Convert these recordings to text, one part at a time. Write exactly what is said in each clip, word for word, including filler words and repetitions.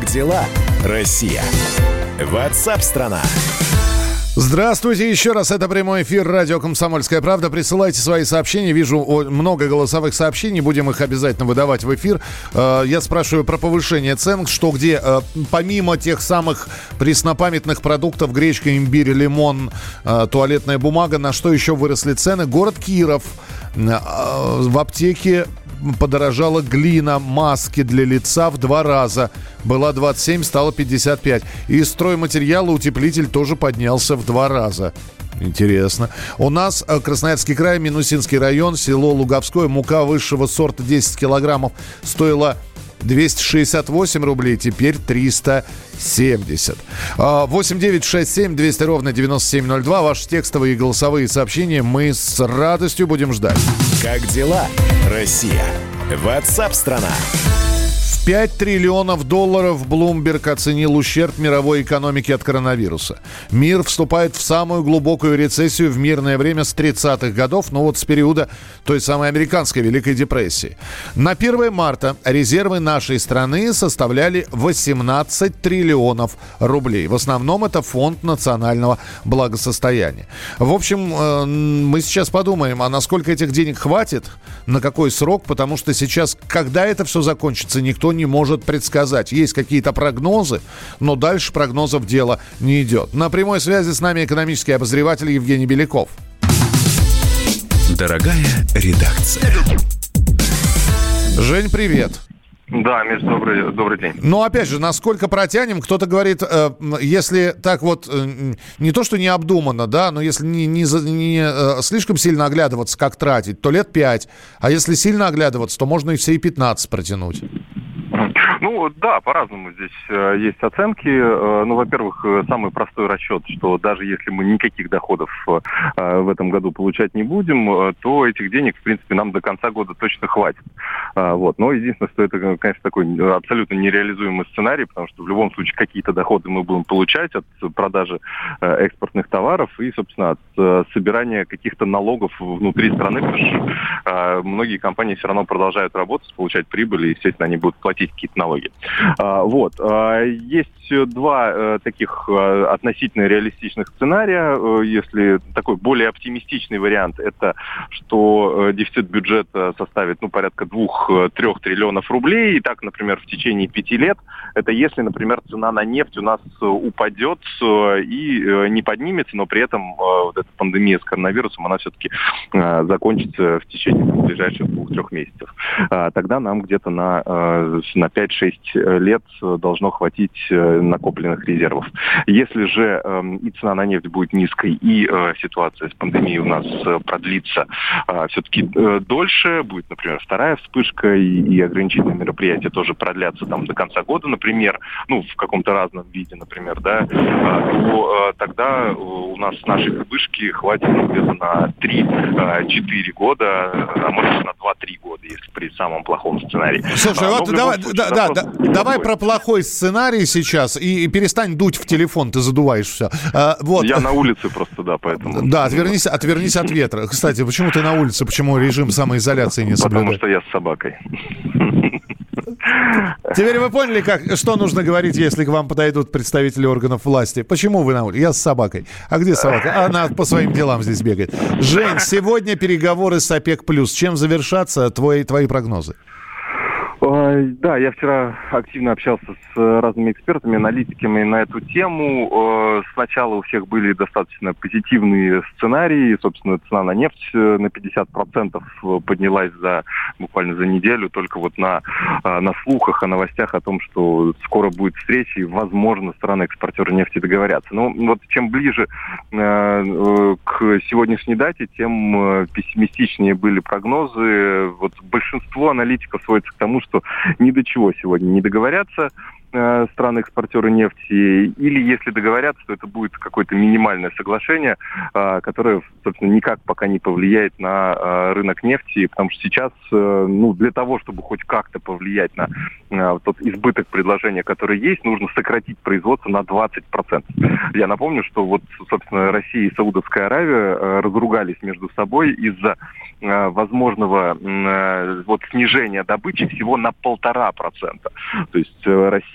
Как дела, Россия? WhatsApp-страна. Здравствуйте еще раз. Это прямой эфир радио «Комсомольская правда». Присылайте свои сообщения. Вижу много голосовых сообщений. Будем их обязательно выдавать в эфир. Я спрашиваю про повышение цен. Что где, помимо тех самых преснопамятных продуктов, гречка, имбирь, лимон, туалетная бумага, на что еще выросли цены? Город Киров. В аптеке подорожала глина, маски для лица в два раза. Была двадцать семь, стала пятьдесят пять. И стройматериалы, утеплитель тоже поднялся в два раза. Интересно. У нас Красноярский край, Минусинский район, село Луговское. Мука высшего сорта десять килограммов стоила двести шестьдесят восемь рублей, теперь триста семьдесят. восемь девятьсот шестьдесят семь двести ровно девяносто семь ноль два. Ваши текстовые и голосовые сообщения мы с радостью будем ждать. Как дела, Россия? WhatsApp-страна. пять триллионов долларов Bloomberg оценил ущерб мировой экономике от коронавируса. Мир вступает в самую глубокую рецессию в мирное время с тридцатых годов, ну вот с периода той самой американской Великой депрессии. На первое марта резервы нашей страны составляли восемнадцать триллионов рублей. В основном это фонд национального благосостояния. В общем, мы сейчас подумаем, а насколько этих денег хватит, на какой срок, потому что сейчас, когда это все закончится, никто не может предсказать. Есть какие-то прогнозы, но дальше прогнозов дело не идет. На прямой связи с нами экономический обозреватель Евгений Беляков. Дорогая редакция. Жень, привет. Да, Миш, добрый, добрый день. Но опять же, насколько протянем, кто-то говорит, э, если так вот, э, не то что необдуманно, да, но если не, не, не э, слишком сильно оглядываться, как тратить, то лет пять. А если сильно оглядываться, то можно и все и пятнадцать протянуть. Ну, да, по-разному здесь э, есть оценки. Э, ну, во-первых, э, самый простой расчет, что даже если мы никаких доходов э, в этом году получать не будем, э, то этих денег, в принципе, нам до конца года точно хватит. Э, вот. Но единственное, что это, конечно, такой абсолютно нереализуемый сценарий, потому что в любом случае какие-то доходы мы будем получать от продажи э, экспортных товаров и, собственно, от э, собирания каких-то налогов внутри страны, потому что э, многие компании все равно продолжают работать, получать прибыль, и, естественно, они будут платить какие-то налоги. А, вот. А, есть два а, таких а, относительно реалистичных сценария. А, если такой более оптимистичный вариант, это что а, дефицит бюджета составит ну, порядка двух-трех триллионов рублей. И так, например, в течение пяти лет. Это если, например, цена на нефть у нас упадет а, и а, не поднимется, но при этом а, вот эта пандемия с коронавирусом, она все-таки а, закончится в течение там, ближайших двух-трех месяцев. А, тогда нам где-то на, а, на пять-шесть лет должно хватить накопленных резервов. Если же э, и цена на нефть будет низкой, и э, ситуация с пандемией у нас э, продлится э, все-таки э, дольше, будет, например, вторая вспышка, и, и ограничительные мероприятия тоже продлятся там до конца года, например, ну, в каком-то разном виде, например, да, э, то э, тогда у нас нашей вспышки хватит ну, где-то на три-четыре года, а может на два-три года, если при самом плохом сценарии. Слушай, а, вот давай, случае, да, да, да, давай про плохой сценарий сейчас и, и перестань дуть в телефон, ты задуваешь все. А, вот. Я на улице просто, да, поэтому... Да, отвернись, отвернись от ветра. Кстати, почему ты на улице? Почему режим самоизоляции не соблюдаешь? Потому что я с собакой. Теперь вы поняли, как, что нужно говорить, если к вам подойдут представители органов власти? Почему вы на улице? Я с собакой. А где собака? Она по своим делам здесь бегает. Жень, сегодня переговоры с ОПЕК+. Чем завершатся твои, твои прогнозы? Да, я вчера активно общался с разными экспертами, аналитиками на эту тему. Сначала у всех были достаточно позитивные сценарии. Собственно, цена на нефть на пятьдесят процентов поднялась за, буквально за неделю, только вот на, на слухах, о новостях о том, что скоро будет встреча и, возможно, страны-экспортеры нефти договорятся. Но вот чем ближе к сегодняшней дате, тем пессимистичнее были прогнозы. Вот большинство аналитиков сводится к тому, что ни до чего сегодня не договорятся э, страны-экспортеры нефти, или если договорятся, то это будет какое-то минимальное соглашение, э, которое, собственно, никак пока не повлияет на э, рынок нефти, потому что сейчас, э, ну, для того, чтобы хоть как-то повлиять на э, тот избыток предложения, который есть, нужно сократить производство на двадцать процентов. Я напомню, что вот, собственно, Россия и Саудовская Аравия э, разругались между собой из-за э, возможного э, вот снижения добычи всего на полтора процента. То есть э, Россия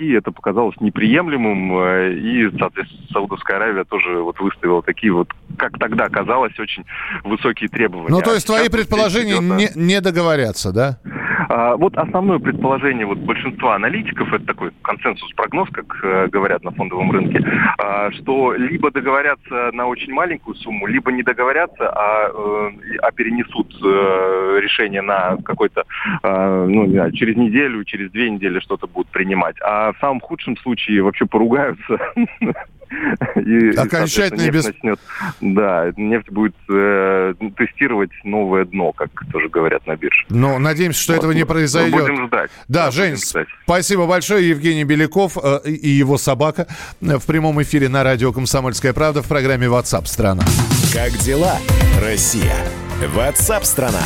России это показалось неприемлемым, и, соответственно, Саудовская Аравия тоже вот выставила такие вот, как тогда казалось, очень высокие требования. Ну, то есть а твои предположения идет, не, не договорятся, да? А, вот основное предположение вот большинства аналитиков, это такой консенсус-прогноз, как э, говорят на фондовом рынке, э, что либо договорятся на очень маленькую сумму, либо не договорятся, а, э, а перенесут э, решение на какой-то, э, ну, не знаю, через неделю, через две недели что-то будут принимать. А в самом худшем случае вообще поругаются. И, окончательно и, без... начнет, да, нефть будет э, тестировать новое дно, как тоже говорят на бирже. Ну, надеемся, что вот, этого не произойдет. Будем ждать. Да, да Жень, ждать. Спасибо большое. Евгений Беляков э, и его собака в прямом эфире на радио «Комсомольская правда» в программе WhatsApp страна. Как дела, Россия? WhatsApp страна.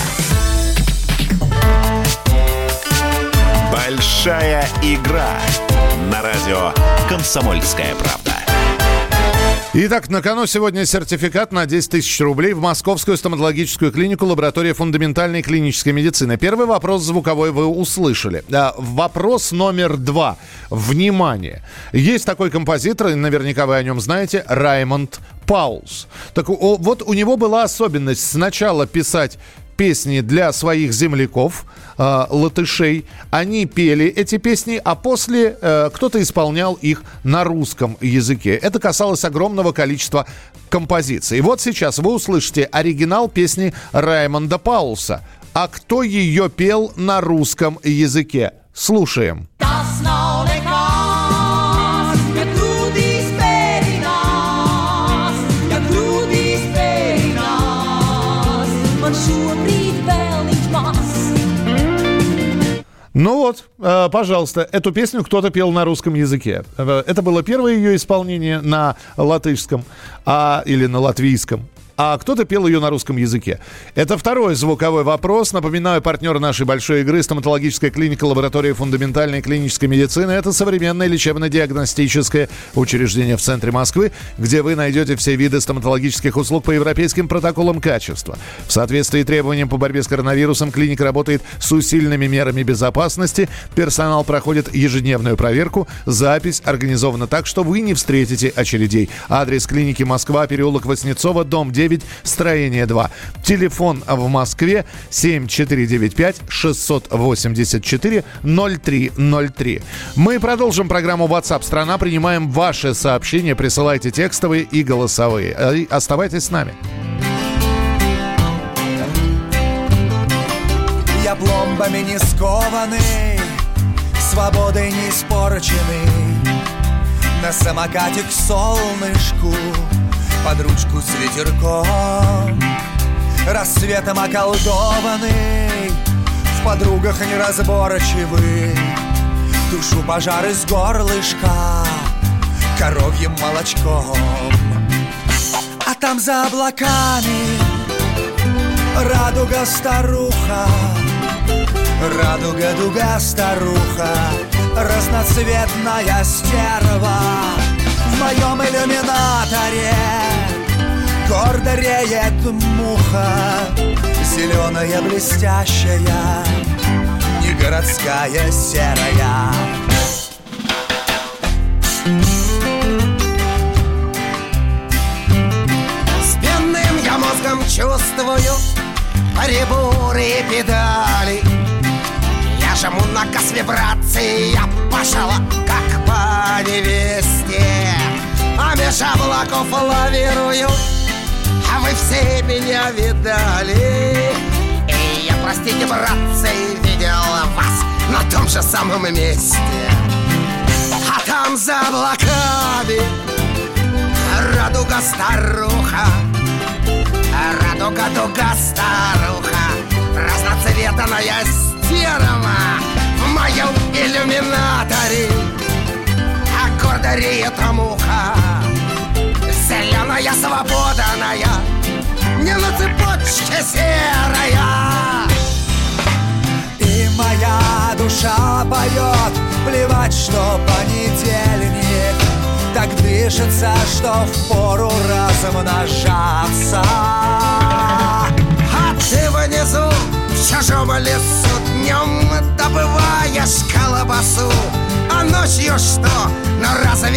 Большая игра на радио «Комсомольская правда». Итак, на кону сегодня сертификат на десять тысяч рублей в Московскую стоматологическую клинику «Лаборатория фундаментальной клинической медицины». Первый вопрос звуковой вы услышали. Вопрос номер два. Внимание! Есть такой композитор, и наверняка вы о нем знаете, Раймонд Паулс. Так вот, у него была особенность сначала писать песни для своих земляков, э, латышей. Они пели эти песни, а после э, кто-то исполнял их на русском языке. Это касалось огромного количества композиций. И вот сейчас вы услышите оригинал песни Раймонда Паулса. А кто ее пел на русском языке? Слушаем. Ну вот, э, пожалуйста, эту песню кто-то пел на русском языке. Это было первое ее исполнение на латышском а, или на латвийском. А кто-то пел ее на русском языке. Это второй звуковой вопрос. Напоминаю, партнер нашей большой игры — стоматологическая клиника «Лаборатория фундаментальной клинической медицины». Это современное лечебно-диагностическое учреждение в центре Москвы, где вы найдете все виды стоматологических услуг по европейским протоколам качества. В соответствии с требованиям по борьбе с коронавирусом клиника работает с усиленными мерами безопасности. Персонал проходит ежедневную проверку. Запись организована так, что вы не встретите очередей. Адрес клиники: Москва, переулок Васнецова, дом девять, строение два. Телефон в Москве семь четыре девять пять шесть восемь четыре ноль три ноль три. Мы продолжим программу WhatsApp страна. Принимаем ваши сообщения. Присылайте текстовые и голосовые. Оставайтесь с нами. Я пломбами не скованный, свободой не испорченный, на самокате к солнышку, под ручку с ветерком, рассветом околдованный, в подругах неразборчивый, тушу пожары с горлышка коровьим молочком. А там за облаками радуга старуха, радуга-дуга старуха, разноцветная стерва. В моем иллюминаторе гордо реет муха, зеленая блестящая, не городская серая. С пенным я мозгом чувствую приборы и педали. Я жму на газ, вибрации, я пошла как по невесте, а меж облаков лавирую, а вы все меня видали. И я, простите, братцы, видел вас на том же самом месте. А там за облаками радуга старуха, радуга-дуга старуха, разноцветная стерва. В моем иллюминаторе гордо реет муха, зеленая свободная, не на цепочке серая. И моя душа поет, плевать, что понедельник, так дышится, что впору размножаться. А ты внизу в чужом лесу днем добываешь колбасу, а ночью что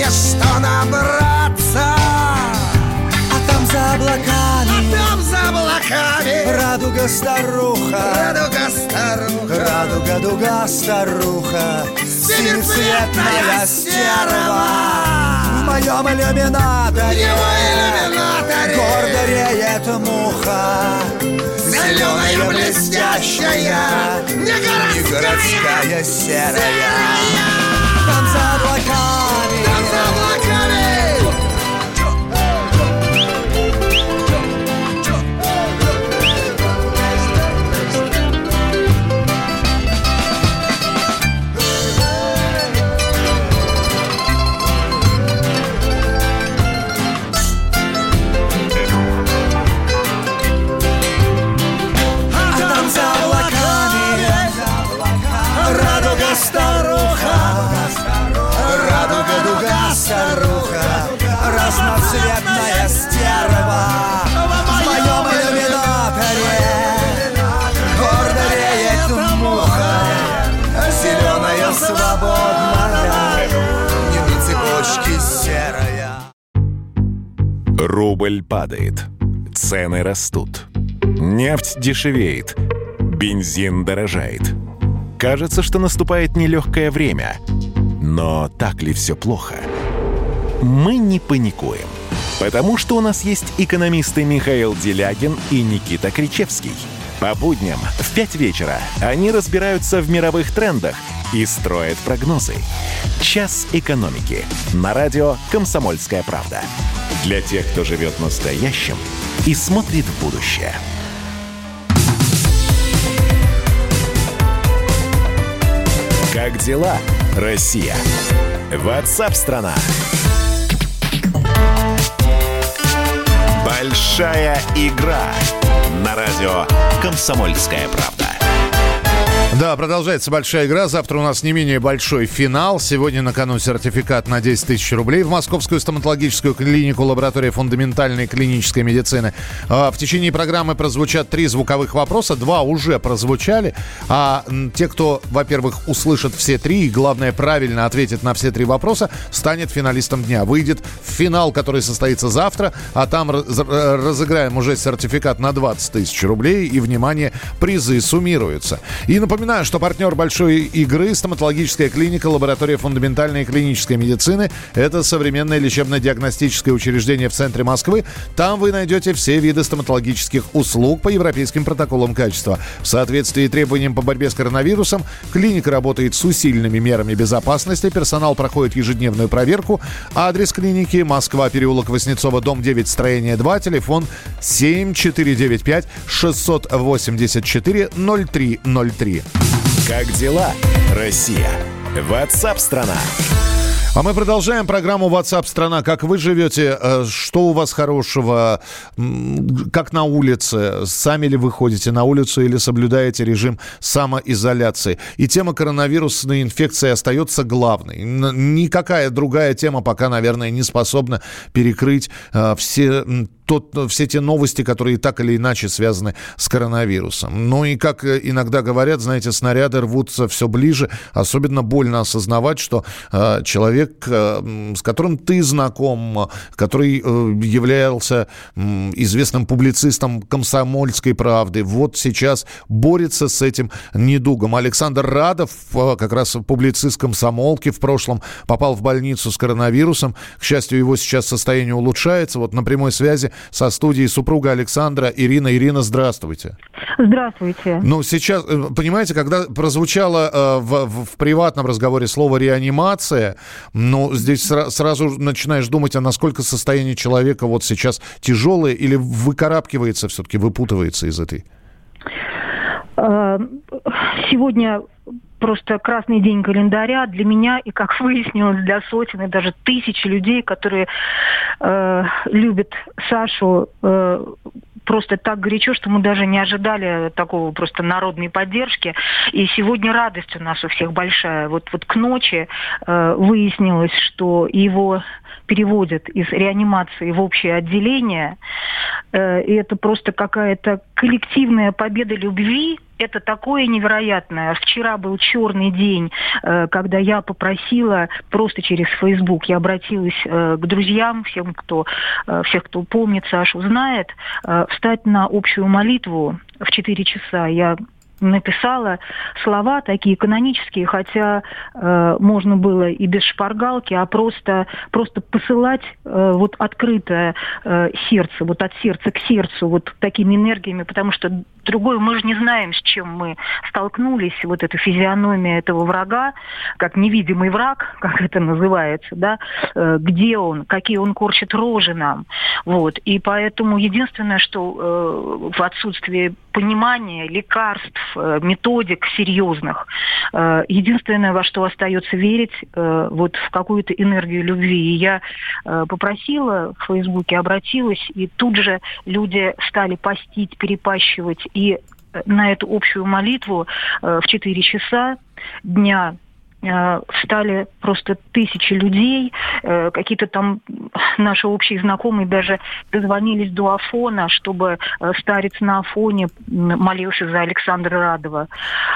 что набраться. А там за облаками, а там за облаками радуга старуха, радуга старуха, радуга дуга старуха, семицветная стерва. В моем иллюминаторе, его иллюминаторе гордо реет муха, зеленая блестящая, не городская, не городская серая. Там за облаками, там за облаками старуха, разноцветная стерва. В моем иллюминаторе гордо реет муха, зеленая свободная, не на цепочке серая. Рубль падает, цены растут, нефть дешевеет, бензин дорожает. Кажется, что наступает нелегкое время. Но так ли все плохо? Мы не паникуем, потому что у нас есть экономисты Михаил Делягин и Никита Кричевский. По будням в пять вечера они разбираются в мировых трендах и строят прогнозы. «Час экономики» на радио «Комсомольская правда». Для тех, кто живет настоящим и смотрит в будущее. Как дела, Россия? WhatsApp-страна. Большая игра на радио «Комсомольская правда». Да, продолжается большая игра. Завтра у нас не менее большой финал. Сегодня на кону сертификат на десять тысяч рублей в Московскую стоматологическую клинику лаборатории фундаментальной клинической медицины. В течение программы прозвучат три звуковых вопроса. Два уже прозвучали. А те, кто, во-первых, услышат все три и, главное, правильно ответит на все три вопроса, станет финалистом дня. Выйдет в финал, который состоится завтра. А там разыграем уже сертификат на двадцать тысяч рублей. И, внимание, призы суммируются. И напоминаю, Напоминаю, что партнер большой игры — стоматологическая клиника лаборатория фундаментальной клинической медицины. Это современное лечебно-диагностическое учреждение в центре Москвы. Там вы найдете все виды стоматологических услуг по европейским протоколам качества. В соответствии с требованиям по борьбе с коронавирусом клиника работает с усиленными мерами безопасности. Персонал проходит ежедневную проверку. Адрес клиники — Москва, переулок Васнецова, дом девять, строение два, телефон семь четыре девять пять шесть восемь четыре ноль три ноль три. Как дела, Россия? WhatsApp-страна. А мы продолжаем программу WhatsApp-страна. Как вы живете? Что у вас хорошего? Как на улице? Сами ли вы ходите на улицу или соблюдаете режим самоизоляции? И тема коронавирусной инфекции остается главной. Никакая другая тема пока, наверное, не способна перекрыть все... Тот, все те новости, которые так или иначе связаны с коронавирусом. Ну и, как иногда говорят, знаете, снаряды рвутся все ближе. Особенно больно осознавать, что э, человек, э, с которым ты знаком, который э, являлся э, известным публицистом «Комсомольской правды», вот сейчас борется с этим недугом. Александр Радов, э, как раз публицист «Комсомолки», в прошлом попал в больницу с коронавирусом. К счастью, его сейчас состояние улучшается. Вот на прямой связи со студией супруга Александра Ирина. Ирина, здравствуйте. Здравствуйте. Ну, сейчас, понимаете, когда прозвучало э, в, в, в приватном разговоре слово «реанимация», ну, здесь сра- сразу начинаешь думать, а насколько состояние человека вот сейчас тяжелое или выкарабкивается все-таки, выпутывается из этой? Сегодня просто красный день календаря для меня и, как выяснилось, для сотен и даже тысяч людей, которые э, любят Сашу э, просто так горячо, что мы даже не ожидали такого просто народной поддержки. И сегодня радость у нас у всех большая. Вот, вот к ночи э, выяснилось, что его переводят из реанимации в общее отделение. Э, и это просто какая-то коллективная победа любви это такое невероятное. Вчера был черный день, когда я попросила просто через Facebook, я обратилась к друзьям, всем, кто, всех, кто помнит Сашу, знает, встать на общую молитву в четыре часа. Я написала слова такие канонические, хотя э, можно было и без шпаргалки, а просто, просто посылать э, вот открытое э, сердце, вот от сердца к сердцу, вот такими энергиями, потому что другое, мы же не знаем, с чем мы столкнулись, вот эта физиономия этого врага, как невидимый враг, как это называется, да, э, где он, какие он корчит рожи нам, вот, и поэтому единственное, что э, в отсутствии понимания, лекарств, методик серьезных. Единственное, во что остается верить, вот в какую-то энергию любви. И я попросила в Фейсбуке, обратилась, и тут же люди стали постить, перепащивать. И на эту общую молитву в четыре часа дня встали просто тысячи людей, какие-то там наши общие знакомые даже дозвонились до Афона, чтобы старец на Афоне молился за Александра Радова.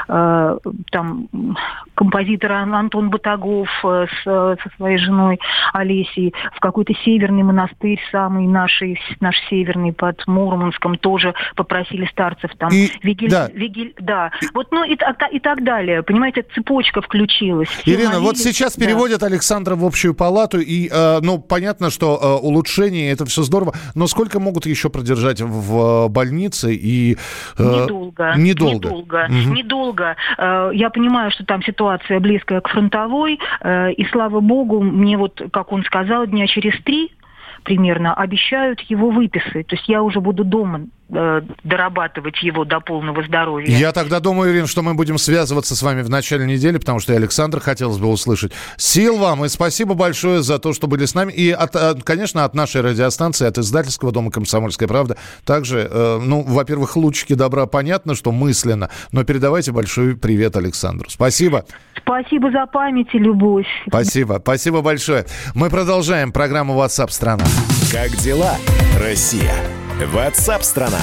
Там композитор Антон Батагов со своей женой Олесей в какой-то северный монастырь, самый наш, наш северный под Мурманском, тоже попросили старцев там. И, Вигель, да. Вигель, да. Вот, ну и, и так далее. Понимаете, цепочка включилась. Все Ирина, молились. вот сейчас Да. переводят Александра в общую палату, и, э, ну, понятно, что э, улучшение, это все здорово, но сколько могут еще продержать в больнице? И, э, Недолго. Недолго. Недолго. Угу. Недолго. Э, Я понимаю, что там ситуация близкая к фронтовой, э, и, слава богу, мне вот, как он сказал, дня через три примерно обещают его выписать. То есть я уже буду дома э, дорабатывать его до полного здоровья. Я тогда думаю, Ирина, что мы будем связываться с вами в начале недели, потому что и Александр хотелось бы услышать. Сил вам и спасибо большое за то, что были с нами. И, от, от, конечно, от нашей радиостанции, от издательского дома «Комсомольская правда». Также, э, ну, во-первых, лучики добра, понятно, что мысленно, но передавайте большой привет Александру. Спасибо. Спасибо за память и любовь. Спасибо. Спасибо большое. Мы продолжаем программу WhatsApp страна. Как дела, Россия? WhatsApp-страна.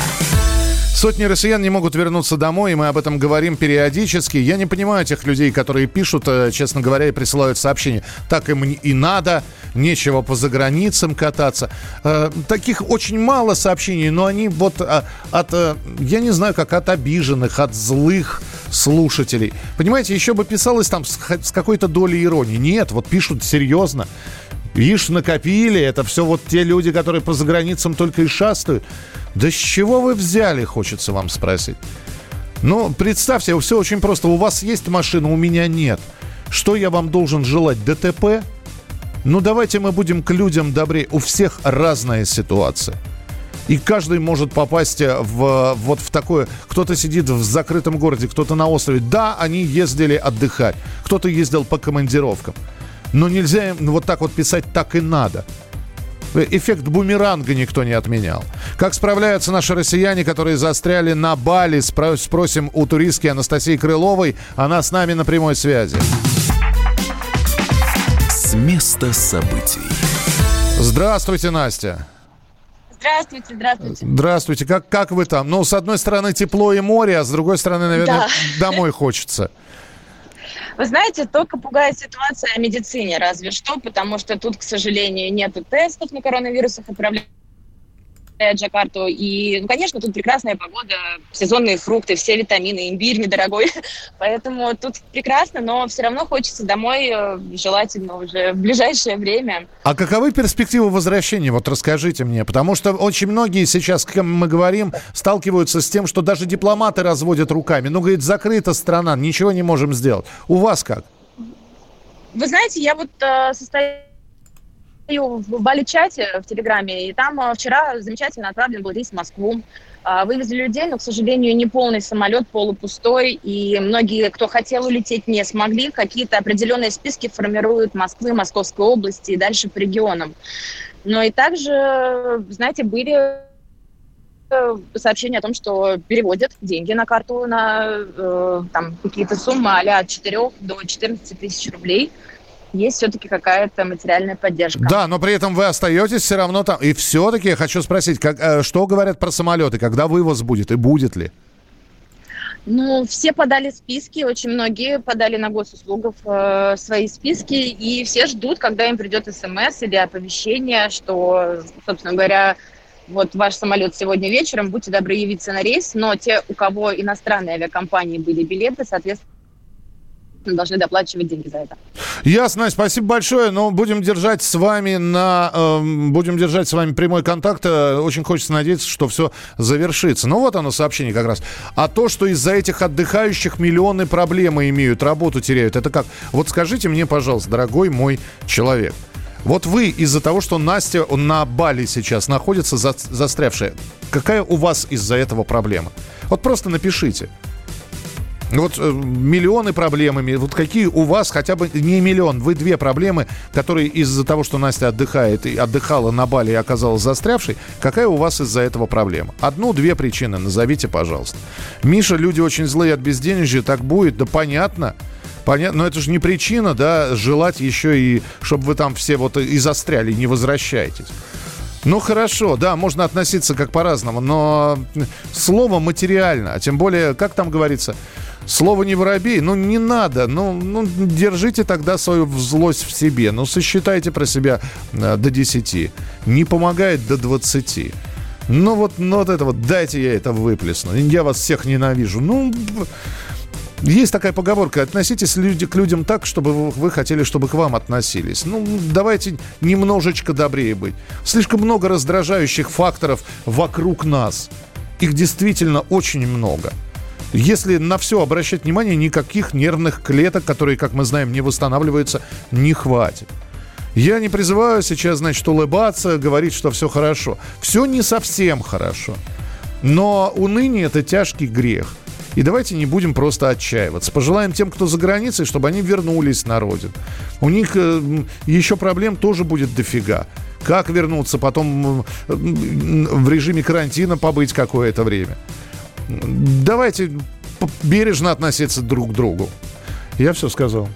Сотни россиян не могут вернуться домой, и мы об этом говорим периодически. Я не понимаю тех людей, которые пишут, честно говоря, и присылают сообщения. Так им и надо, нечего по заграницам кататься. Э, таких очень мало сообщений, но они вот а, от, я не знаю, как от обиженных, от злых слушателей. Понимаете, еще бы писалось там с, с какой-то долей иронии. Нет, вот пишут серьезно. Видишь, накопили, это все вот те люди, которые по заграницам только и шастают. Да с чего вы взяли, хочется вам спросить. Ну, представьте, все очень просто. У вас есть машина, у меня нет. Что я вам должен желать? ДТП? Ну, давайте мы будем к людям добрее. У всех разная ситуация. И каждый может попасть в, вот в такое... Кто-то сидит в закрытом городе, кто-то на острове. Да, они ездили отдыхать. Кто-то ездил по командировкам. Но нельзя им вот так вот писать «так и надо». Эффект бумеранга никто не отменял. Как справляются наши россияне, которые застряли на Бали? Спросим у туристки Анастасии Крыловой. Она с нами на прямой связи. С места событий. Здравствуйте, Настя. Здравствуйте, здравствуйте. Здравствуйте. Как, как вы там? Ну, с одной стороны, тепло и море, а с другой стороны, наверное, да. домой хочется. Вы знаете, только пугает ситуация о медицине, разве что, потому что тут, к сожалению, нету тестов на коронавирус, их отправляют в Джакарту. И, ну, конечно, тут прекрасная погода, сезонные фрукты, все витамины, имбирь недорогой. Поэтому тут прекрасно, но все равно хочется домой, желательно уже в ближайшее время. А каковы перспективы возвращения? Вот расскажите мне. Потому что очень многие сейчас, с кем мы говорим, сталкиваются с тем, что даже дипломаты разводят руками. Ну, говорит, закрыта страна, ничего не можем сделать. У вас как? Вы знаете, я вот э, состою в Бали-чате в Телеграме, и там вчера замечательно отправлен был рейс в Москву. Вывезли людей, но, к сожалению, не полный самолет, полупустой, и многие, кто хотел улететь, не смогли. Какие-то определенные списки формируют Москвы, Московской области и дальше по регионам. Но и также, знаете, были сообщения о том, что переводят деньги на карту на э, там, какие-то суммы а-ля от четырёх до четырнадцати тысяч рублей. Есть все-таки какая-то материальная поддержка. Да, но при этом вы остаетесь все равно там. И все-таки я хочу спросить, как, э, что говорят про самолеты, когда вывоз будет и будет ли? Ну, все подали списки, очень многие подали на госуслугов э, свои списки, и все ждут, когда им придет смс или оповещение, что, собственно говоря, вот ваш самолет сегодня вечером, будьте добры явиться на рейс, но те, у кого иностранные авиакомпании были билеты, соответственно, должны доплачивать деньги за это. Ясно, спасибо большое. Но будем держать с вами на, э, будем держать с вами прямой контакт. Очень хочется надеяться, что все завершится. Ну вот оно, сообщение как раз. А то, что из-за этих отдыхающих миллионы проблемы имеют, работу теряют, это как? Вот скажите мне, пожалуйста, дорогой мой человек. Вот вы из-за того, что Настя на Бали сейчас находится за, застрявшая, какая у вас из-за этого проблема? Вот просто напишите. Вот э, миллионы проблемами. Вот какие у вас хотя бы не миллион, вы две проблемы, которые из-за того, что Настя отдыхает и отдыхала на Бали и оказалась застрявшей, какая у вас из-за этого проблема? Одну-две причины назовите, пожалуйста. Миша, люди очень злые от безденежья, так будет, да понятно. Понятно, но это же не причина, да, желать еще и, чтобы вы там все вот и застряли, не возвращаетесь. Ну, хорошо, да, можно относиться как по-разному, но слово материально, а тем более, как там говорится, слово не воробей, ну, не надо, ну, ну, держите тогда свою злость в себе, ну, сосчитайте про себя э, до десяти, не помогает до двадцати. Ну, вот, ну, вот это вот, дайте я это выплесну, я вас всех ненавижу, ну... Есть такая поговорка: относитесь люди, к людям так, чтобы вы, вы хотели, чтобы к вам относились. Ну, давайте немножечко добрее быть. Слишком много раздражающих факторов вокруг нас. Их действительно очень много. Если на все обращать внимание, никаких нервных клеток, которые, как мы знаем, не восстанавливаются, не хватит. Я не призываю сейчас, значит, улыбаться, говорить, что все хорошо. Все не совсем хорошо. Но уныние – это тяжкий грех. И давайте не будем просто отчаиваться. Пожелаем тем, кто за границей, чтобы они вернулись на родину. У них э, еще проблем тоже будет дофига. Как вернуться, потом э, в режиме карантина побыть какое-то время. Давайте бережно относиться друг к другу. Я все сказал.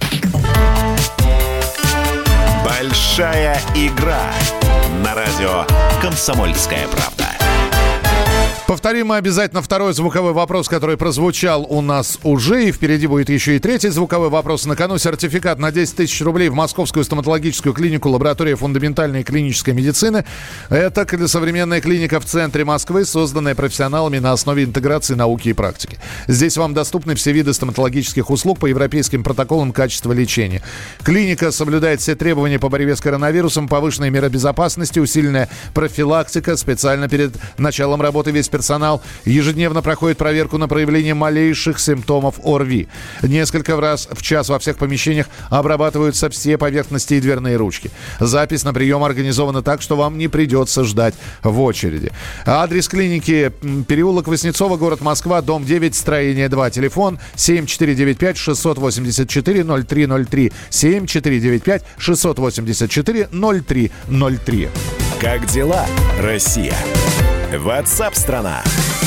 Большая игра на радио «Комсомольская правда». Повторим мы обязательно второй звуковой вопрос, который прозвучал у нас уже. И впереди будет еще и третий звуковой вопрос. На кону сертификат на десять тысяч рублей в Московскую стоматологическую клинику «Лаборатория фундаментальной и клинической медицины». Это современная клиника в центре Москвы, созданная профессионалами на основе интеграции науки и практики. Здесь вам доступны все виды стоматологических услуг по европейским протоколам качества лечения. Клиника соблюдает все требования по борьбе с коронавирусом, повышенные меры безопасности, усиленная профилактика. Специально перед началом работы весь персонал ежедневно проходит проверку на проявление малейших симптомов ОРВИ. Несколько раз в час во всех помещениях обрабатываются все поверхности и дверные ручки. Запись на прием организована так, что вам не придется ждать в очереди. Адрес клиники: переулок Васнецова, город Москва, дом девять, строение два. Телефон семь четыре девять пять шесть восемь четыре ноль три ноль три. семь четыре девять пять шесть восемь четыре ноль три ноль три. Как дела, Россия? WhatsApp-страна.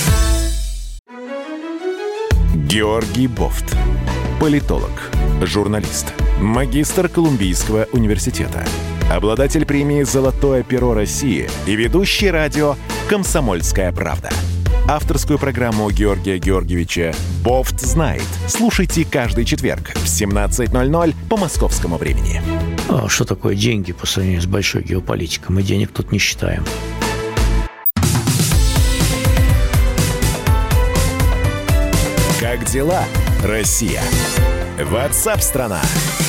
Георгий Бофт. Политолог, журналист, магистр Колумбийского университета, обладатель премии «Золотое перо России» и ведущий радио «Комсомольская правда». Авторскую программу Георгия Георгиевича «Бофт знает». Слушайте каждый четверг в семнадцать ноль ноль по московскому времени. А что такое деньги по сравнению с большой геополитикой? Мы денег тут не считаем. Как дела, Россия? WhatsApp-страна.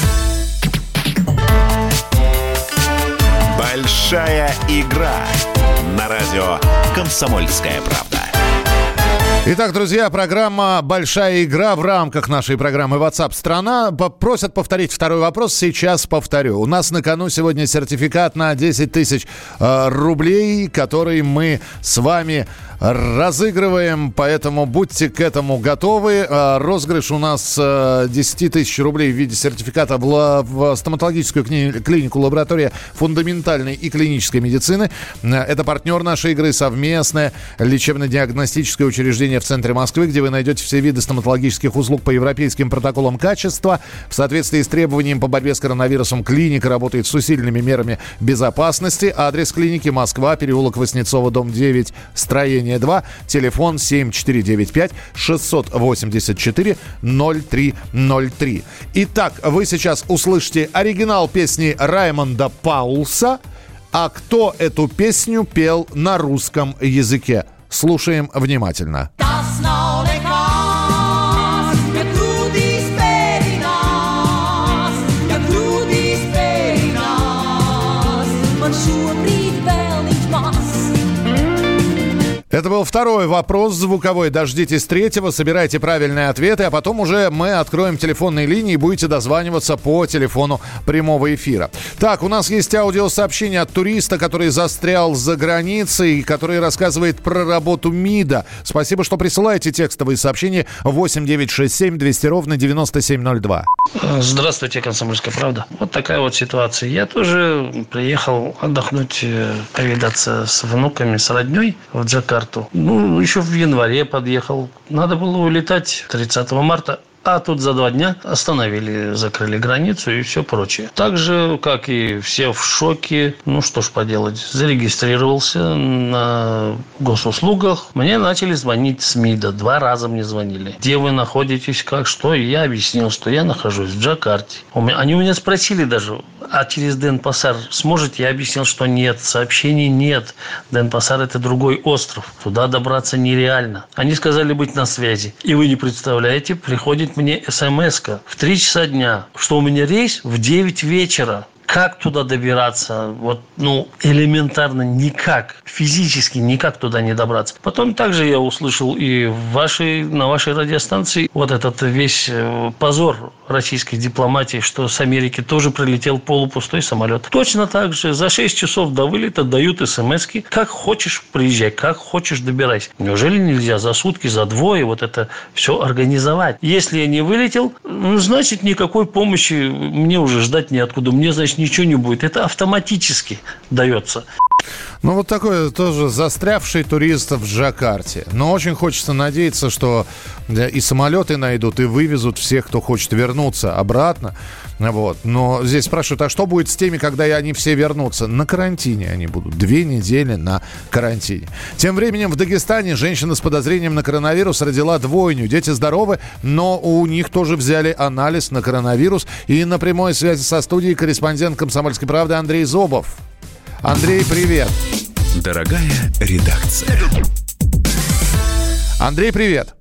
Большая игра на радио «Комсомольская правда». Итак, друзья, программа «Большая игра» в рамках нашей программы WhatsApp страна. Просят повторить второй вопрос. Сейчас повторю. У нас на кону сегодня сертификат на десять тысяч э, рублей, который мы с вами разыгрываем, поэтому будьте к этому готовы. Розыгрыш у нас десять тысяч рублей в виде сертификата в, в стоматологическую кни- клинику «Лаборатория фундаментальной и клинической медицины». Это партнер нашей игры, совместное лечебно-диагностическое учреждение в центре Москвы, где вы найдете все виды стоматологических услуг по европейским протоколам качества. В соответствии с требованием по борьбе с коронавирусом клиника работает с усиленными мерами безопасности. Адрес клиники: Москва, переулок Васнецова, дом девять, строение населения два, телефон семь четыре девять пять шесть восемь четыре ноль три ноль три. Итак, вы сейчас услышите оригинал песни Раймонда Паулса, а кто эту песню пел на русском языке? Слушаем внимательно. Это был второй вопрос звуковой. Дождитесь третьего, собирайте правильные ответы, а потом уже мы откроем телефонные линии и будете дозваниваться по телефону прямого эфира. Так, у нас есть аудиосообщение от туриста, который застрял за границей, который рассказывает про работу МИДа. Спасибо, что присылаете текстовые сообщения. восемь девятьсот шестьдесят семь двести ровно девяносто семь ноль два. Здравствуйте, «Комсомольская правда». Вот такая вот ситуация. Я тоже приехал отдохнуть, повидаться с внуками, с родней в Джакарту. Ну, еще в январе подъехал. Надо было улетать тридцатого марта. А тут за два дня остановили, закрыли границу и все прочее. Так же, как и все в шоке. Ну, что ж поделать. Зарегистрировался на госуслугах. Мне начали звонить с МИДа. Два раза мне звонили. Где вы находитесь, как, что? И я объяснил, что я нахожусь в Джакарте. Они у меня спросили даже, а через Денпасар сможете? Я объяснил, что нет. Сообщений нет. Денпасар – это другой остров. Туда добраться нереально. Они сказали быть на связи. И вы не представляете, приходит мне смс-ка в три часа дня, что у меня рейс в девять вечера. Как туда добираться? Вот, ну, элементарно никак. Физически никак туда не добраться. Потом также я услышал и в вашей, на вашей радиостанции вот этот весь позор российской дипломатии, что с Америки тоже прилетел полупустой самолет. Точно так же за шесть часов до вылета дают смс-ки. Как хочешь приезжай, как хочешь добирайся. Неужели нельзя за сутки, за двое вот это все организовать? Если я не вылетел, ну, значит, никакой помощи мне уже ждать неоткуда. Мне, значит, ничего не будет. Это автоматически дается. Ну, вот такой тоже застрявший турист в Джакарте. Но очень хочется надеяться, что и самолеты найдут, и вывезут всех, кто хочет вернуться обратно. Вот. Но здесь спрашивают, а что будет с теми, когда они все вернутся? На карантине они будут. Две недели на карантине. Тем временем в Дагестане женщина с подозрением на коронавирус родила двойню. Дети здоровы, но у них тоже взяли анализ на коронавирус. И на прямой связи со студией корреспондент «Комсомольской правды» Андрей Зобов. Андрей, привет. Дорогая редакция. Андрей, привет.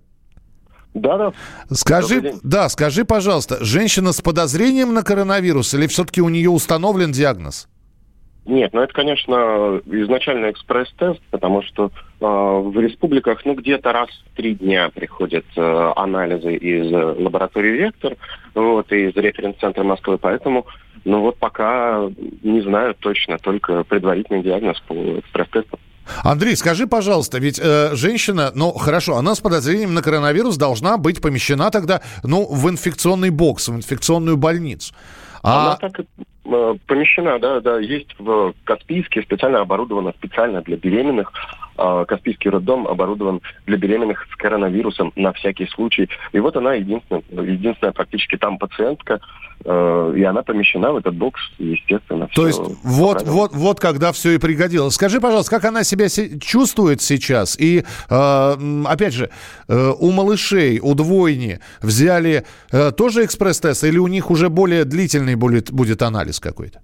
Да, да. Скажи, да, скажи, пожалуйста, женщина с подозрением на коронавирус или все-таки у нее установлен диагноз? Нет, ну это, конечно, изначально экспресс-тест, потому что э, в республиках, ну, где-то раз в три дня приходят э, анализы из лаборатории «Вектор», вот, и из референс-центра Москвы, поэтому, ну, вот пока не знаю точно, только предварительный диагноз по экспресс-тесту. Андрей, скажи, пожалуйста, ведь э, женщина, ну, хорошо, она с подозрением на коронавирус должна быть помещена тогда, ну, в инфекционный бокс, в инфекционную больницу. Она а... так э, помещена, да, да, есть в Каспийске, специально оборудовано специально для беременных. Э, Каспийский роддом оборудован для беременных с коронавирусом на всякий случай. И вот она единственная, единственная практически там пациентка, э, и она помещена в этот бокс, естественно. То есть вот, вот, вот когда все и пригодилось. Скажи, пожалуйста, как она себя се- чувствует сейчас? И, э, опять же, э, у малышей, у двойни взяли э, тоже экспресс-тест или у них уже более длительный будет, будет анализ какой-то?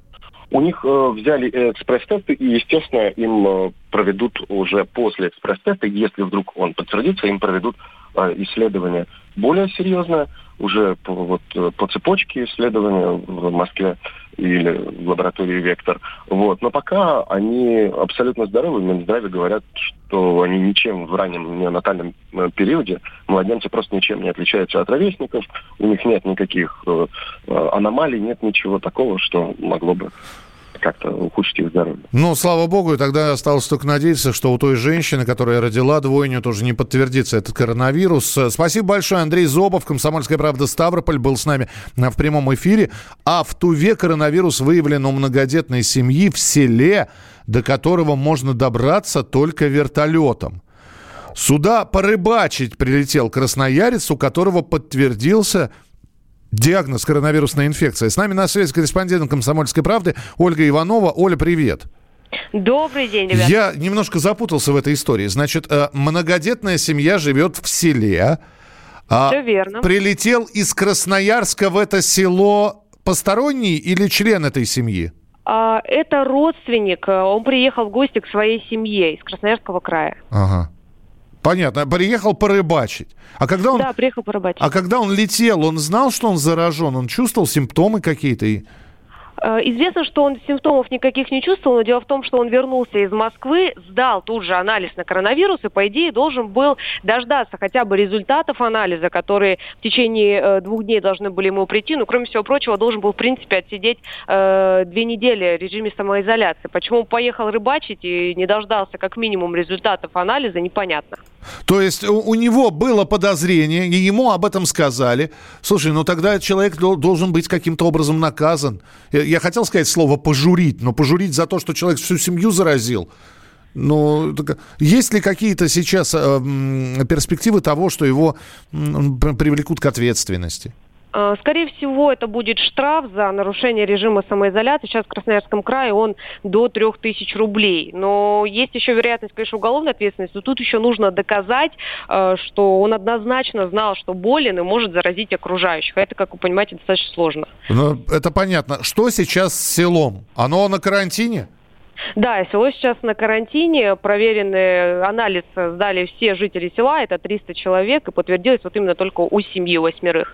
У них э, взяли экспресс-тесты, и, естественно, им э, проведут уже после экспресс-теста, если вдруг он подтвердится, им проведут э, исследование более серьезное, уже по, вот, по цепочке исследования в Москве или в лаборатории «Вектор». Вот. Но пока они абсолютно здоровы, Минздраве говорят, что они ничем в раннем неонатальном периоде, младенцы просто ничем не отличаются от ровесников, у них нет никаких э, аномалий, нет ничего такого, что могло бы как-то ухудшить их здоровье. Ну, слава богу, и тогда осталось только надеяться, что у той женщины, которая родила двойню, тоже не подтвердится этот коронавирус. Спасибо большое. Андрей Зобов, «Комсомольская правда», Ставрополь, был с нами в прямом эфире. А в Туве коронавирус выявлен у многодетной семьи в селе, до которого можно добраться только вертолетом. Сюда порыбачить прилетел красноярец, у которого подтвердился диагноз коронавирусная инфекция. С нами на связи корреспондент «Комсомольской правды» Ольга Иванова. Оля, привет. Добрый день, ребята. Я немножко запутался в этой истории. Значит, многодетная семья живет в селе. Все верно. Прилетел из Красноярска в это село посторонний или член этой семьи? Это родственник. Он приехал в гости к своей семье из Красноярского края. Ага. Понятно. Приехал порыбачить. А когда он... Да, приехал порыбачить. А когда он летел, он знал, что он заражен? Он чувствовал симптомы какие-то? Известно, что он симптомов никаких не чувствовал, но дело в том, что он вернулся из Москвы, сдал тут же анализ на коронавирус и, по идее, должен был дождаться хотя бы результатов анализа, которые в течение э, двух дней должны были ему прийти. Но, кроме всего прочего, должен был, в принципе, отсидеть э, две недели в режиме самоизоляции. Почему он поехал рыбачить и не дождался как минимум результатов анализа, непонятно. То есть у, у него было подозрение, и ему об этом сказали. Слушай, ну тогда человек должен быть каким-то образом наказан. Я, я хотел сказать слово «пожурить», но пожурить за то, что человек всю семью заразил. Ну, так, есть ли какие-то сейчас э, перспективы того, что его э, привлекут к ответственности? Скорее всего, это будет штраф за нарушение режима самоизоляции. Сейчас в Красноярском крае он до трех тысяч рублей. Но есть еще вероятность, конечно, уголовной ответственности. Но тут еще нужно доказать, что он однозначно знал, что болен и может заразить окружающих. Это, как вы понимаете, достаточно сложно. Ну, это понятно. Что сейчас с селом? Оно на карантине? Да, село сейчас на карантине. Проверенный анализ сдали все жители села. Это триста человек. И подтвердилось вот именно только у семьи восьмерых.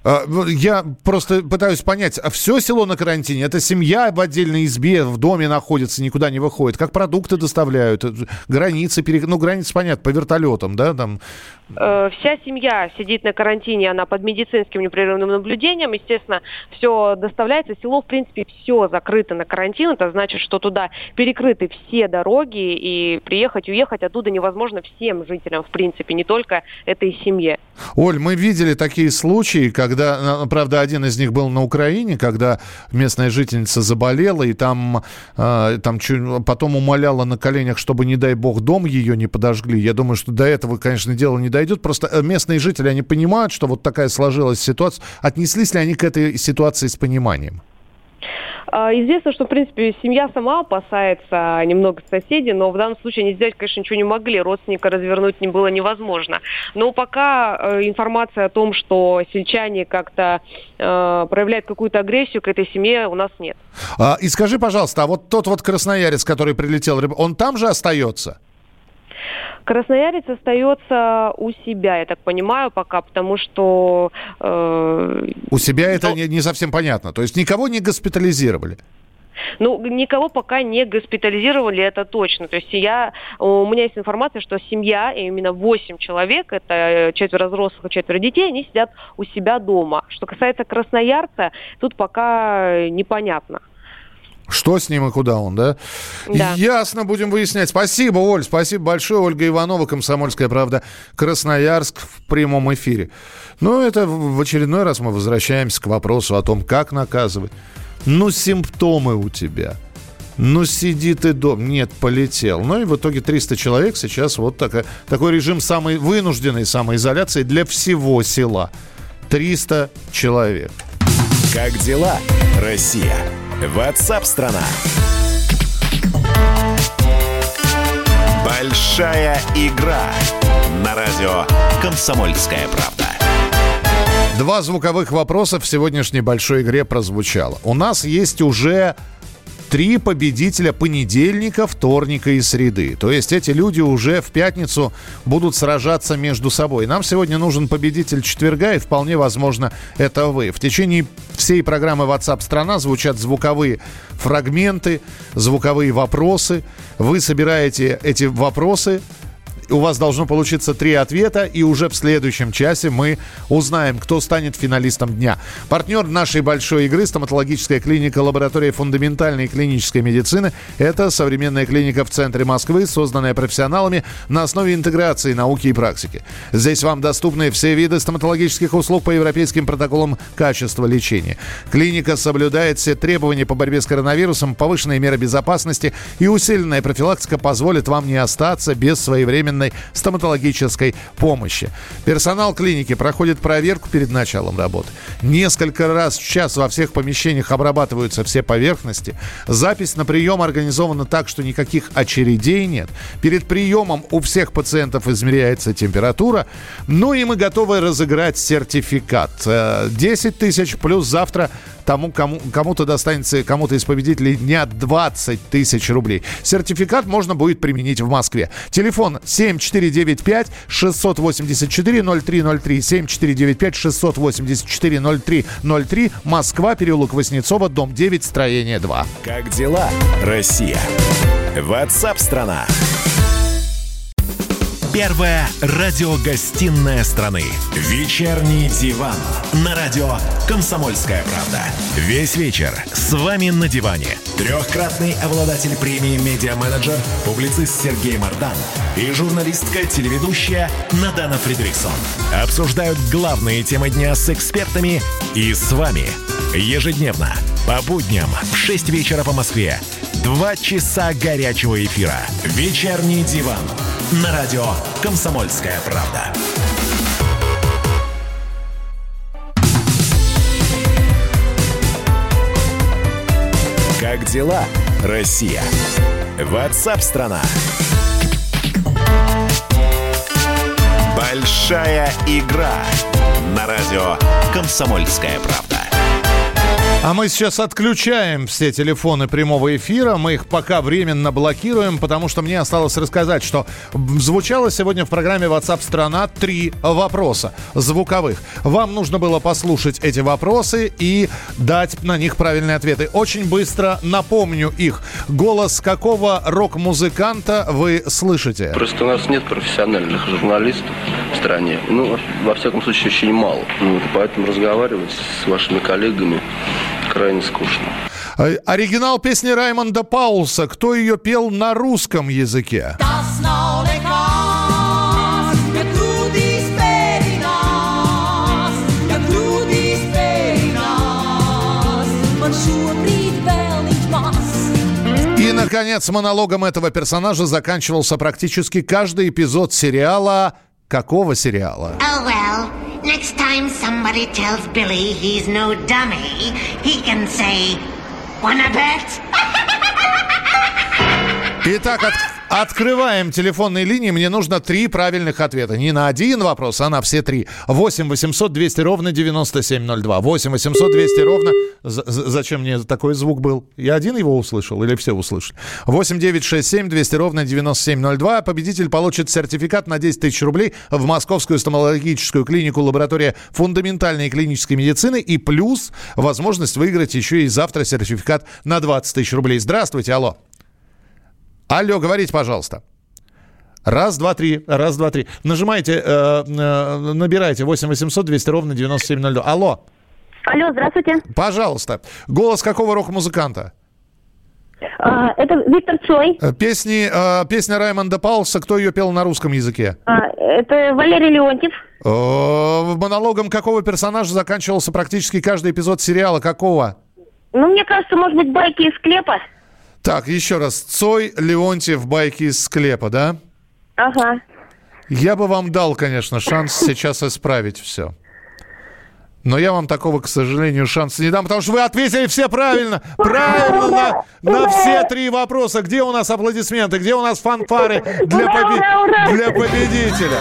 Я просто пытаюсь понять, а все село на карантине? Это семья в отдельной избе, в доме находится, никуда не выходит? Как продукты доставляют? Границы, перек... ну, границы, понятно, по вертолетам, да? Там... Вся семья сидит на карантине, она под медицинским непрерывным наблюдением. Естественно, все доставляется. Село, в принципе, все закрыто на карантин. Это значит, что туда перекрыты все дороги, и приехать, уехать оттуда невозможно всем жителям, в принципе, не только этой семье. Оль, мы видели такие случаи, когда, правда, один из них был на Украине, когда местная жительница заболела, и там, э, там потом умоляла на коленях, чтобы, не дай бог, дом ее не подожгли. Я думаю, что до этого, конечно, дело не дойдет. Просто местные жители, они понимают, что вот такая сложилась ситуация. Отнеслись ли они к этой ситуации с пониманием? Известно, что, в принципе, семья сама опасается немного соседей, но в данном случае они сделать, конечно, ничего не могли. Родственника развернуть не было невозможно. Но пока э, информация о том, что сельчане как-то э, проявляют какую-то агрессию к этой семье, у нас нет. А, и скажи, пожалуйста, а вот тот вот красноярец, который прилетел, он там же остается? Красноярец остается у себя, я так понимаю, пока, потому что... Э, у себя это но... не, не совсем понятно. То есть никого не госпитализировали? Ну, никого пока не госпитализировали, это точно. То есть я, у меня есть информация, что семья, именно восемь человек, это четверо взрослых и четверо детей, они сидят у себя дома. Что касается красноярца, тут пока непонятно. Что с ним и куда он, да? Да. Ясно, будем выяснять. Спасибо, Оль, спасибо большое. Ольга Иванова, «Комсомольская правда», Красноярск в прямом эфире. Ну, это в очередной раз мы возвращаемся к вопросу о том, как наказывать. Ну, симптомы у тебя. Ну, сиди ты дома. Нет, полетел. Ну, и в итоге триста человек сейчас вот такая, такой режим самой вынужденной самоизоляции для всего села. триста человек. Как дела, Россия? WhatsApp-страна. Большая игра на радио «Комсомольская правда». Два звуковых вопроса в сегодняшней большой игре прозвучало. У нас есть уже три победителя понедельника, вторника и среды. То есть эти люди уже в пятницу будут сражаться между собой. Нам сегодня нужен победитель четверга, и вполне возможно, это вы. В течение всей программы WhatsApp страна звучат звуковые фрагменты, звуковые вопросы. Вы собираете эти вопросы. У вас должно получиться три ответа, и уже в следующем часе мы узнаем, кто станет финалистом дня. Партнер нашей большой игры — стоматологическая клиника «Лаборатория фундаментальной клинической медицины». Это современная клиника в центре Москвы, созданная профессионалами на основе интеграции науки и практики. Здесь вам доступны все виды стоматологических услуг по европейским протоколам качества лечения. Клиника соблюдает все требования по борьбе с коронавирусом, повышенные меры безопасности и усиленная профилактика позволит вам не остаться без своевременной современной стоматологической помощи. Персонал клиники проходит проверку перед началом работы. Несколько раз в час во всех помещениях обрабатываются все поверхности. Запись на прием организована так, что никаких очередей нет. Перед приемом у всех пациентов измеряется температура. Ну и мы готовы разыграть сертификат. десять тысяч плюс завтра тому, кому, кому-то достанется, кому-то из победителей дня двадцать тысяч рублей. Сертификат можно будет применить в Москве. Телефон семь четыре девять пять шесть восемь четыре ноль три ноль три, семь четыре девять пять шесть восемь четыре ноль три ноль три, Москва, переулок Васнецова, дом девять, строение два. Как дела, Россия? WhatsApp-страна. Первая радиогостинная страны. Вечерний диван. На радио «Комсомольская правда». Весь вечер с вами на диване. Трехкратный обладатель премии «Медиа-менеджер», публицист Сергей Мардан и журналистка-телеведущая Надана Фридриксон обсуждают главные темы дня с экспертами и с вами. Ежедневно, по будням в шесть вечера по Москве. Два часа горячего эфира. Вечерний диван. На радио «Комсомольская правда». Как дела, Россия? WhatsApp-страна. Большая игра на радио «Комсомольская правда». А мы сейчас отключаем все телефоны прямого эфира. Мы их пока временно блокируем, потому что мне осталось рассказать, что звучало сегодня в программе WhatsApp страна три вопроса звуковых. Вам нужно было послушать эти вопросы и дать на них правильные ответы. Очень быстро напомню их. Голос какого рок-музыканта вы слышите? Просто у нас нет профессиональных журналистов в стране. Ну, во всяком случае, очень мало. Ну, поэтому разговаривать с вашими коллегами крайне скучно. Оригинал песни Раймонда Паулса. Кто ее пел на русском языке? И, наконец, монологом этого персонажа заканчивался практически каждый эпизод сериала. Какого сериала? Oh, well. Next time somebody tells Billy he's no dummy, he can say, wanna bet? Итак, от, открываем телефонные линии. Мне нужно три правильных ответа. Не на один вопрос, а на все три. восемь восемьсот двести ровно девяносто семь ноль два. восемь восемьсот двести ровно... З- зачем мне такой звук был? Я один его услышал или все услышали? восемь девятьсот шестьдесят семь двести ровно девяносто семь ноль два. Победитель получит сертификат на десять тысяч рублей в Московскую стоматологическую клинику «Лаборатория фундаментальной клинической медицины» и плюс возможность выиграть еще и завтра сертификат на двадцать тысяч рублей. Здравствуйте, алло. Алло, говорите, пожалуйста. Раз, два, три. Раз, два, три. Нажимайте, э, э, набирайте восемь восемьсот двести ровно девяносто семь ноль два. Алло. Алло, здравствуйте. Пожалуйста. Голос какого рок-музыканта? А, это Виктор Цой. Песни, э, песня Раймонда Паулса. Кто ее пел на русском языке? А, это Валерий Леонтьев. Э, монологом какого персонажа заканчивался практически каждый эпизод сериала? Какого? Ну, мне кажется, может быть, «Байки из склепа». Так, еще раз. Цой, Леонтьев, «Байки из склепа», да? Ага. Я бы вам дал, конечно, шанс сейчас исправить все. Но я вам такого, к сожалению, шанса не дам, потому что вы ответили все правильно. Правильно на, на все три вопроса. Где у нас аплодисменты? Где у нас фанфары для, побе- для победителя?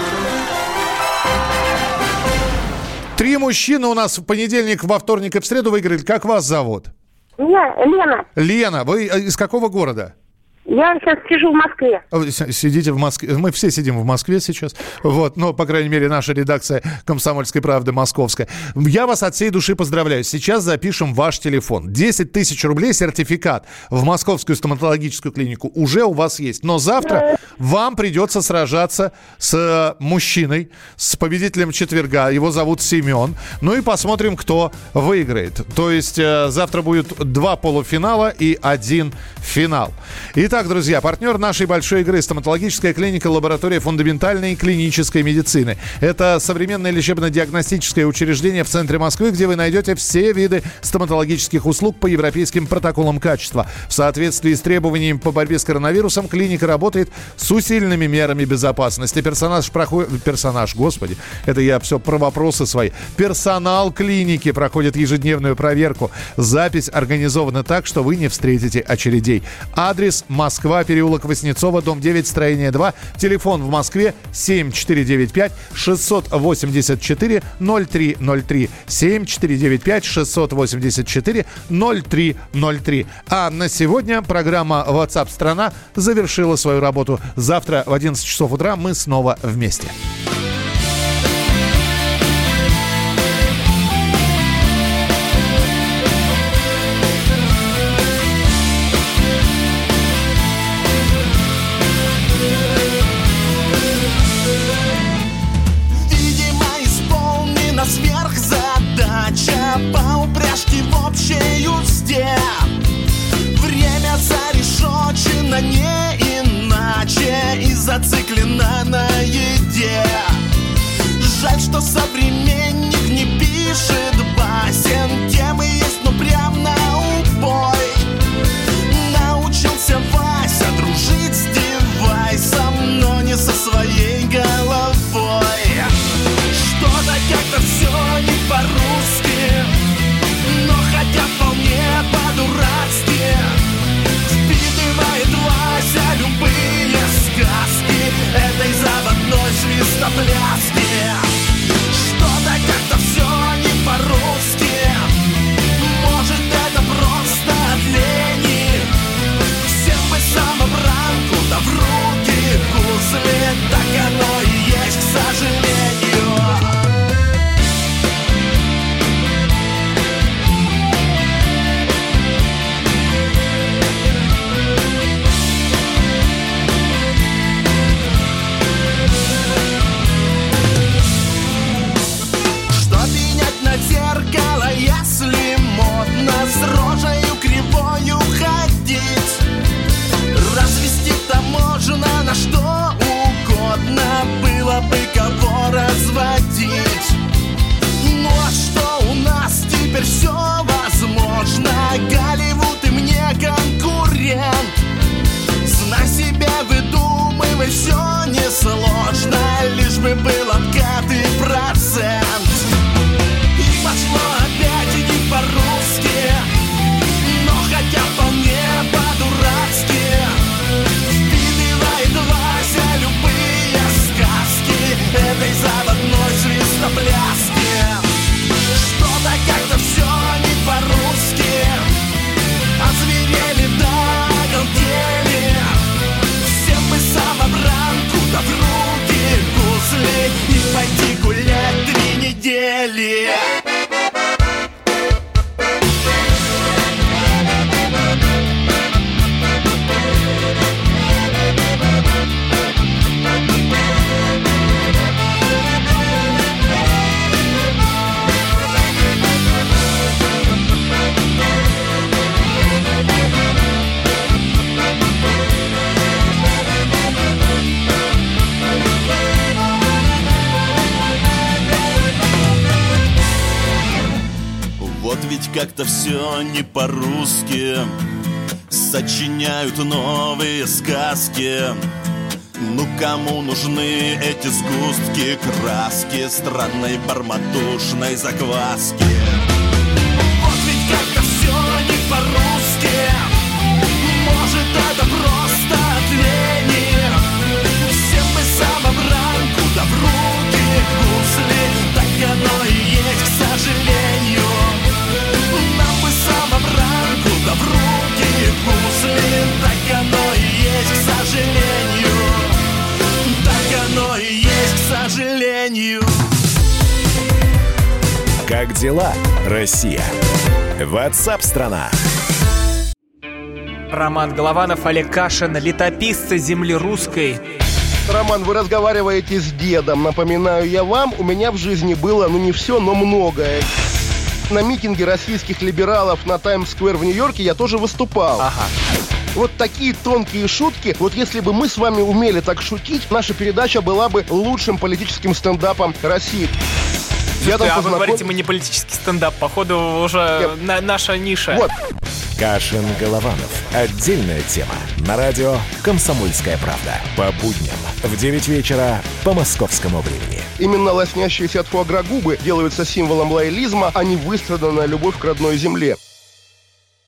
Три мужчины у нас в понедельник, во вторник и в среду выиграли. Как вас зовут? Я Лена. Лена, вы из какого города? Я сейчас сижу в Москве. Сидите в Москве. Мы все сидим в Москве сейчас. Вот, но, по крайней мере, наша редакция «Комсомольской правды» московская. Я вас от всей души поздравляю. Сейчас запишем ваш телефон. десять тысяч рублей сертификат в Московскую стоматологическую клинику уже у вас есть. Но завтра вам придется сражаться с мужчиной, с победителем четверга. Его зовут Семен. Ну и посмотрим, кто выиграет. То есть завтра будет два полуфинала и один финал. Итак, Итак, друзья, партнер нашей большой игры — стоматологическая клиника «Лаборатория фундаментальной и клинической медицины». Это современное лечебно-диагностическое учреждение в центре Москвы, где вы найдете все виды стоматологических услуг по европейским протоколам качества. В соответствии с требованиями по борьбе с коронавирусом клиника работает с усиленными мерами безопасности. Персонаж проходит... Персонаж, господи, это я все про вопросы свои. Персонал клиники проходит ежедневную проверку. Запись организована так, что вы не встретите очередей. Адрес: Москва, переулок Васнецова, дом девять, строение два. Телефон в Москве семь четыре девять пять шесть восемь четыре ноль три ноль три. семь четыре девять пять шесть восемь четыре ноль три ноль три. А на сегодня программа WhatsApp страна завершила свою работу. Завтра в одиннадцать часов утра мы снова вместе. Сверхзадача по упряжке в общей узде. Время зарешочено не иначе и зациклено на еде. Жаль, что современник не пишет басен. Темы есть, но прям на убой. Научился Вася дружить с девайсом, но не со своей головой. Что-то как-то все не по-русски, но хотя вполне по-дурацки впитывает Вася любые сказки этой заводной свистопляски. Что-то как-то все не по-русски, может это просто от лени. Всем бы самобранку, да в руки гусли, так оно и есть, к сожалению. Зеркало, если модно с рожею кривою ходить. Развести-то можно на что угодно, было бы кого разводить. Ну а что у нас теперь все возможно? Голливуд и мне конкурент. Знай себя, выдумывай, все несложно, лишь бы был откат и процент. Пошло опять и не по-русски, но хотя вполне по-дурацки впитывает Вася любые сказки этой заводной свистопляски. Что-то как-то все не по-русски, озверели да оголтели. Всем бы самобранку, да в руки гусли и пойти гулять три недели. Вот ведь как-то все не по-русски, сочиняют новые сказки. Ну кому нужны эти сгустки краски странной барматушной закваски? Вот ведь как-то все не по-русски, может это просто от лени. Всем бы самобранку, да в руки гусли, так оно и есть, к сожалению. Нам бы самобранку, да в руки гусли, так оно и есть, к сожалению. Так оно и есть, к сожалению. Как дела, Россия? WhatsApp-страна. Роман Голованов, Олег Кашин, летописцы земли русской. Роман, вы разговариваете с дедом. Напоминаю я вам, у меня в жизни было, ну не все, но многое. На митинге российских либералов на Таймс-сквер в Нью-Йорке я тоже выступал. Ага. Вот такие тонкие шутки, вот если бы мы с вами умели так шутить, наша передача была бы лучшим политическим стендапом России. Я а вы говорите, мы не политический стендап, походу уже на, наша ниша. Вот. Кашин-Голованов. Отдельная тема. На радио «Комсомольская правда». По будням в девять вечера по московскому времени. Именно лоснящиеся от фуагра губы делаются символом лоялизма, а не выстраданная любовь к родной земле.